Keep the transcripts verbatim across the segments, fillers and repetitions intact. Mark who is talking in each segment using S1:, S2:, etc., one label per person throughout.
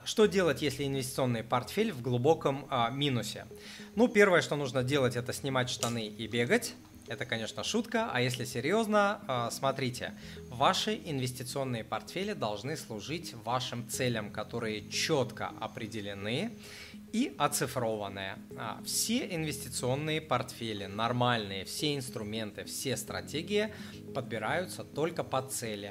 S1: Что делать, если инвестиционный портфель в глубоком а, минусе? Ну, первое, что нужно делать, это снимать штаны и бегать. Это, конечно, шутка, а если серьезно, а, смотрите, ваши инвестиционные портфели должны служить вашим целям, которые четко определены и оцифрованы. А, все инвестиционные портфели, нормальные, все инструменты, все стратегии подбираются только под цели.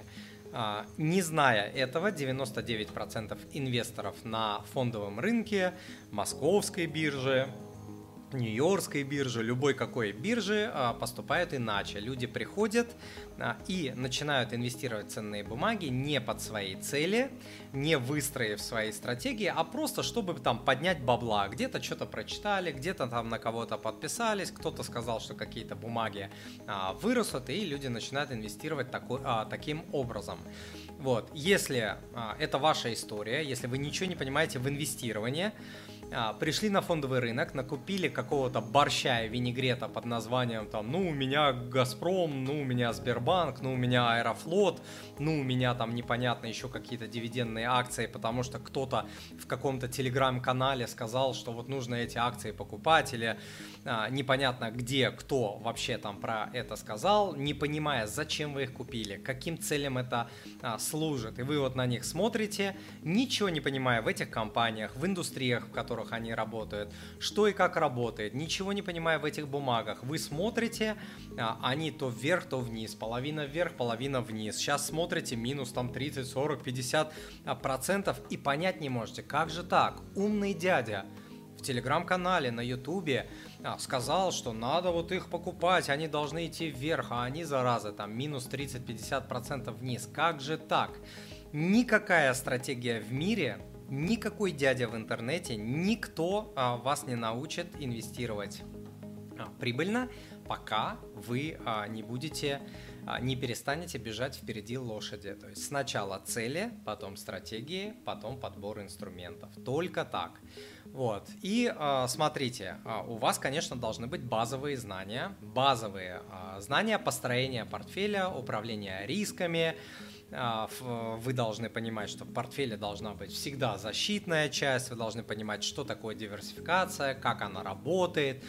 S1: Не зная этого, девяносто девять процентов инвесторов на фондовом рынке, московской бирже, нью-йоркской бирже, любой какой бирже поступают иначе. Люди приходят и начинают инвестировать в ценные бумаги не под свои цели, не выстроив свои стратегии, а просто чтобы там поднять бабла. Где-то что-то прочитали, где-то там на кого-то подписались, кто-то сказал, что какие-то бумаги вырастут, и люди начинают инвестировать такой, таким образом. Вот. Если это ваша история, если вы ничего не понимаете в инвестировании, пришли на фондовый рынок, накупили какого-то борща и винегрета под названием там, ну, у меня Газпром, ну, у меня Сбербанк, ну, у меня Аэрофлот, ну, у меня там непонятно еще какие-то дивидендные акции, потому что кто-то в каком-то телеграм-канале сказал, что вот нужно эти акции покупать, или а, непонятно где, кто вообще там про это сказал, не понимая, зачем вы их купили, каким целям это а, служит, и вы вот на них смотрите, ничего не понимая в этих компаниях, в индустриях, в которых они работают, что и как работает, ничего не понимая в этих бумагах. Вы смотрите, они то вверх, то вниз, половина вверх, половина вниз. Сейчас смотрите, минус там тридцать, сорок, пятьдесят процентов и понять не можете, как же так? Умный дядя в телеграм-канале, на ютубе сказал, что надо вот их покупать, они должны идти вверх, а они, зараза, там минус тридцать-пятьдесят процентов вниз. Как же так? Никакая стратегия в мире, никакой дядя в интернете, никто а, вас не научит инвестировать а, прибыльно, пока вы а, не будете, а, не перестанете бежать впереди лошади. То есть сначала цели, потом стратегии, потом подбор инструментов. Только так. Вот. И а, смотрите, а, у вас, конечно, должны быть базовые знания, базовые а, знания построения портфеля, управления рисками. Вы должны понимать, что в портфеле должна быть всегда защитная часть, вы должны понимать, что такое диверсификация, как она работает,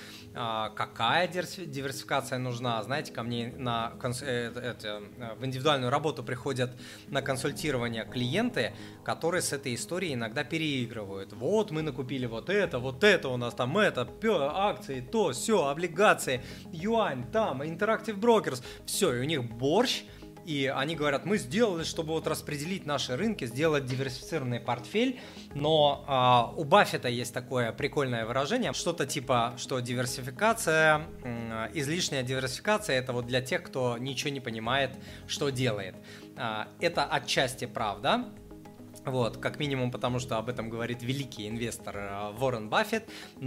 S1: какая диверсификация нужна. Знаете, ко мне на, это, в индивидуальную работу приходят на консультирование клиенты, которые с этой историей иногда переигрывают. Вот мы накупили вот это, вот это у нас там это, акции, то, все, облигации, юань, там, Interactive Brokers, все, и у них борщ. И они говорят, мы сделали, чтобы вот распределить наши рынки, сделать диверсифицированный портфель, но а, у Баффета есть такое прикольное выражение, что-то типа, что диверсификация, м, излишняя диверсификация – это вот для тех, кто ничего не понимает, что делает. А, это отчасти правда. Вот, как минимум потому, что об этом говорит великий инвестор Уоррен Баффет,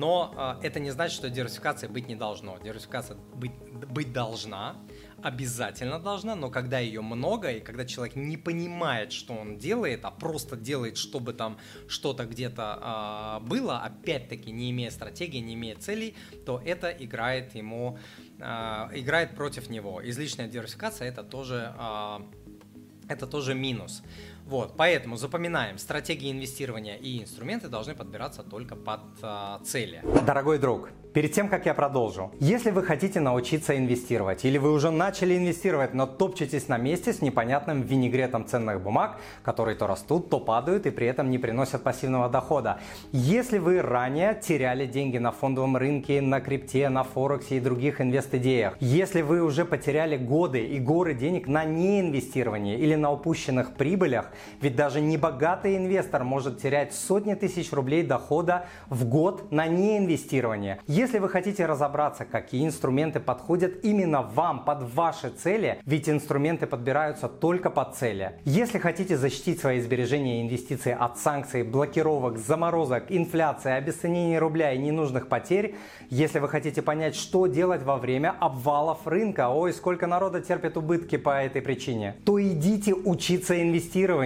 S1: но э, это не значит, что диверсификации быть не должно. Диверсификация быть, быть должна, обязательно должна, но когда ее много и когда человек не понимает, что он делает, а просто делает, чтобы там что-то где-то э, было, опять-таки не имея стратегии, не имея целей, то это играет ему, э, играет против него. Излишняя диверсификация – это тоже, э, это тоже минус. Вот, поэтому запоминаем, стратегии инвестирования и инструменты должны подбираться только под э, цели.
S2: Дорогой друг, перед тем, как я продолжу, если вы хотите научиться инвестировать, или вы уже начали инвестировать, но топчетесь на месте с непонятным винегретом ценных бумаг, которые то растут, то падают и при этом не приносят пассивного дохода. Если вы ранее теряли деньги на фондовом рынке, на крипте, на Форексе и других инвест-идеях, если вы уже потеряли годы и горы денег на неинвестировании или на упущенных прибылях, ведь даже небогатый инвестор может терять сотни тысяч рублей дохода в год на неинвестирование. Если вы хотите разобраться, какие инструменты подходят именно вам, под ваши цели, ведь инструменты подбираются только под цели. Если хотите защитить свои сбережения и инвестиции от санкций, блокировок, заморозок, инфляции, обесценения рубля и ненужных потерь, если вы хотите понять, что делать во время обвалов рынка, ой, сколько народа терпит убытки по этой причине, то идите учиться инвестированию.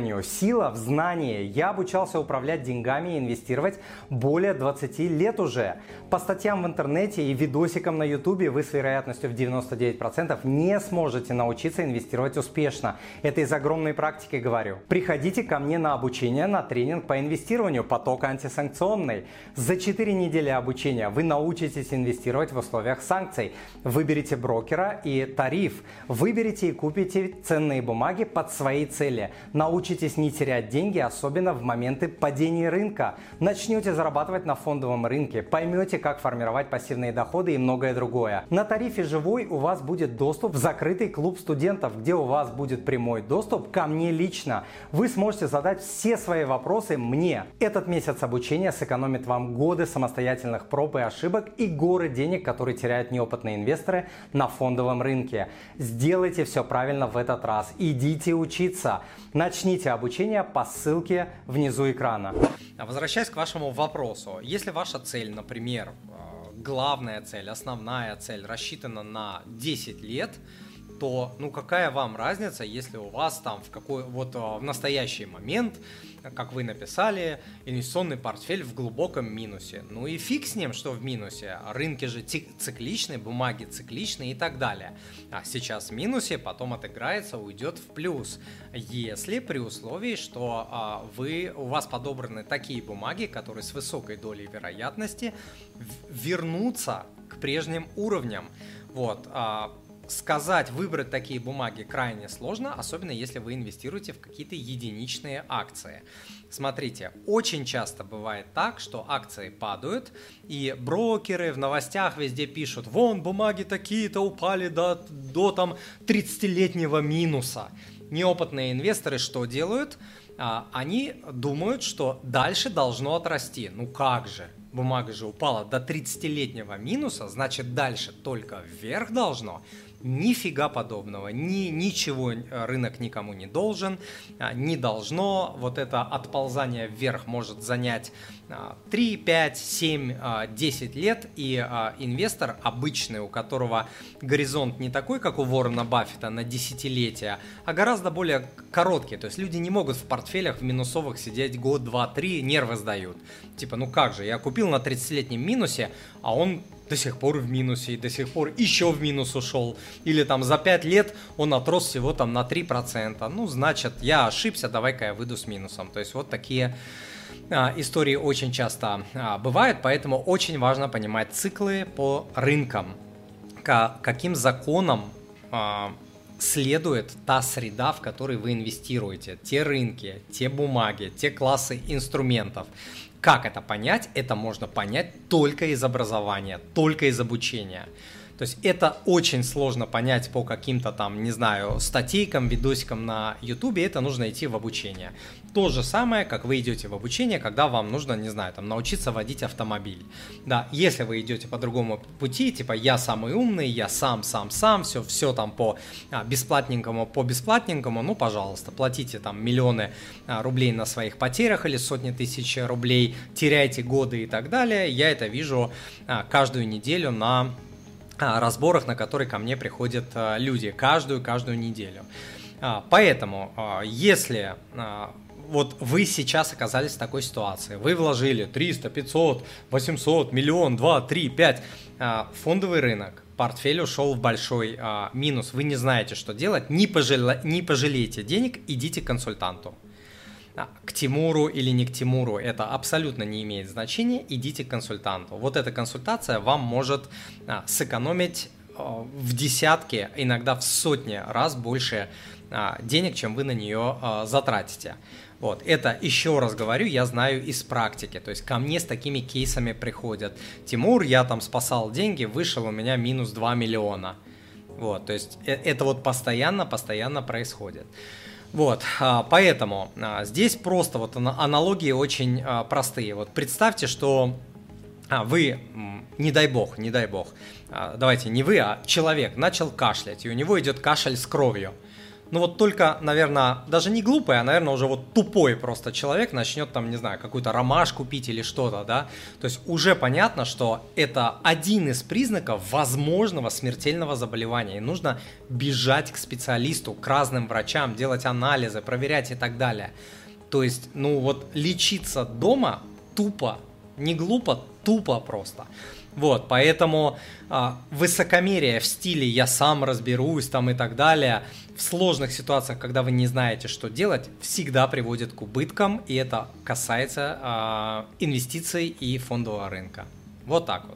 S2: инвестированию. Сила в знании. Я обучался управлять деньгами и инвестировать более двадцати лет уже. По статьям в интернете и видосикам на ютубе вы с вероятностью в девяносто девять процентов не сможете научиться инвестировать успешно. Это из огромной практики говорю. Приходите ко мне на обучение, на тренинг по инвестированию «Поток антисанкционный». За четыре недели обучения вы научитесь инвестировать в условиях санкций. Выберите брокера и тариф. Выберите и купите ценные бумаги под свои цели. Научитесь не терять деньги, особенно в моменты падения рынка. Начнете зарабатывать на фондовом рынке. Поймете, как формировать пассивные доходы и многое другое. На тарифе «Живой» у вас будет доступ в закрытый клуб студентов, где у вас будет прямой доступ ко мне лично. Вы сможете задать все свои вопросы мне. Этот месяц обучения сэкономит вам годы самостоятельных проб и ошибок и горы денег, которые теряют неопытные инвесторы на фондовом рынке. Сделайте все правильно в этот раз. Идите учиться. Начните обучение по ссылке внизу экрана.
S1: Возвращаясь к вашему вопросу, если ваша цель, например, главная цель, основная цель рассчитана на десять лет, то ну какая вам разница, если у вас там в какой вот в настоящий момент, как вы написали, инвестиционный портфель в глубоком минусе. Ну и фиг с ним, что в минусе. Рынки же цикличные, бумаги цикличные и так далее. А сейчас в минусе, потом отыграется, уйдет в плюс. Если при условии, что а, вы, у вас подобраны такие бумаги, которые с высокой долей вероятности вернутся к прежним уровням. Вот. А, Сказать, выбрать такие бумаги крайне сложно, особенно если вы инвестируете в какие-то единичные акции. Смотрите, очень часто бывает так, что акции падают, и брокеры в новостях везде пишут: вон, бумаги такие-то упали до, до там тридцатилетнего минуса. Неопытные инвесторы что делают? А, они думают, что дальше должно отрасти. Ну как же? Бумага же упала до тридцатилетнего минуса, значит дальше только вверх должно. Нифига подобного, ни, ничего рынок никому не должен, не должно. Вот это отползание вверх может занять три, пять, семь, десять лет, и инвестор обычный, у которого горизонт не такой, как у Уоррена Баффета на десятилетия, а гораздо более короткий. То есть люди не могут в портфелях в минусовых сидеть год, два, три, нервы сдают. Типа, ну как же, я купил на тридцатилетнем минусе, а он до сих пор в минусе, и до сих пор еще в минус ушел. Или там за пять лет он отрос всего там на три процента. Ну, значит, я ошибся, давай-ка я выйду с минусом. То есть вот такие а, истории очень часто а, бывают, поэтому очень важно понимать циклы по рынкам. К каким законам а, следует та среда, в которой вы инвестируете. Те рынки, те бумаги, те классы инструментов. Как это понять? Это можно понять только из образования, только из обучения. То есть это очень сложно понять по каким-то там, не знаю, статейкам, видосикам на ютубе, это нужно идти в обучение. То же самое, как вы идете в обучение, когда вам нужно, не знаю, там, научиться водить автомобиль. Да, если вы идете по другому пути, типа я самый умный, я сам, сам, сам, все, все там по а, бесплатненькому, по бесплатненькому, ну, пожалуйста, платите там миллионы а, рублей на своих потерях или сотни тысяч рублей, теряйте годы и так далее. Я это вижу а, каждую неделю на разборах, на которые ко мне приходят люди каждую-каждую неделю. Поэтому, если вот вы сейчас оказались в такой ситуации, вы вложили триста, пятьсот, восемьсот, миллион, два, три, пять, фондовый рынок, портфель ушел в большой минус, вы не знаете, что делать, не, пожале, не пожалейте денег, идите к консультанту. К Тимуру или не к Тимуру, это абсолютно не имеет значения, идите к консультанту. Вот эта консультация вам может а, сэкономить а, в десятки, иногда в сотни раз больше а, денег, чем вы на нее а, затратите. Вот. Это, еще раз говорю, я знаю из практики, то есть ко мне с такими кейсами приходят. Тимур, я там спасал деньги, вышел у меня минус два миллиона. Вот, то есть это вот постоянно, постоянно происходит. Вот, поэтому здесь просто вот аналогии очень простые. Вот представьте, что вы, не дай бог, не дай бог, давайте не вы, а человек начал кашлять, и у него идет кашель с кровью. Ну вот только, наверное, даже не глупый, а, наверное, уже вот тупой просто человек начнет там, не знаю, какую-то ромашку пить или что-то, да. То есть уже понятно, что это один из признаков возможного смертельного заболевания. И нужно бежать к специалисту, к разным врачам, делать анализы, проверять и так далее. То есть, ну вот лечиться дома тупо, не глупо, тупо просто. Вот, поэтому а, высокомерие в стиле «я сам разберусь» там и так далее в сложных ситуациях, когда вы не знаете, что делать, всегда приводит к убыткам, и это касается а, инвестиций и фондового рынка. Вот так вот.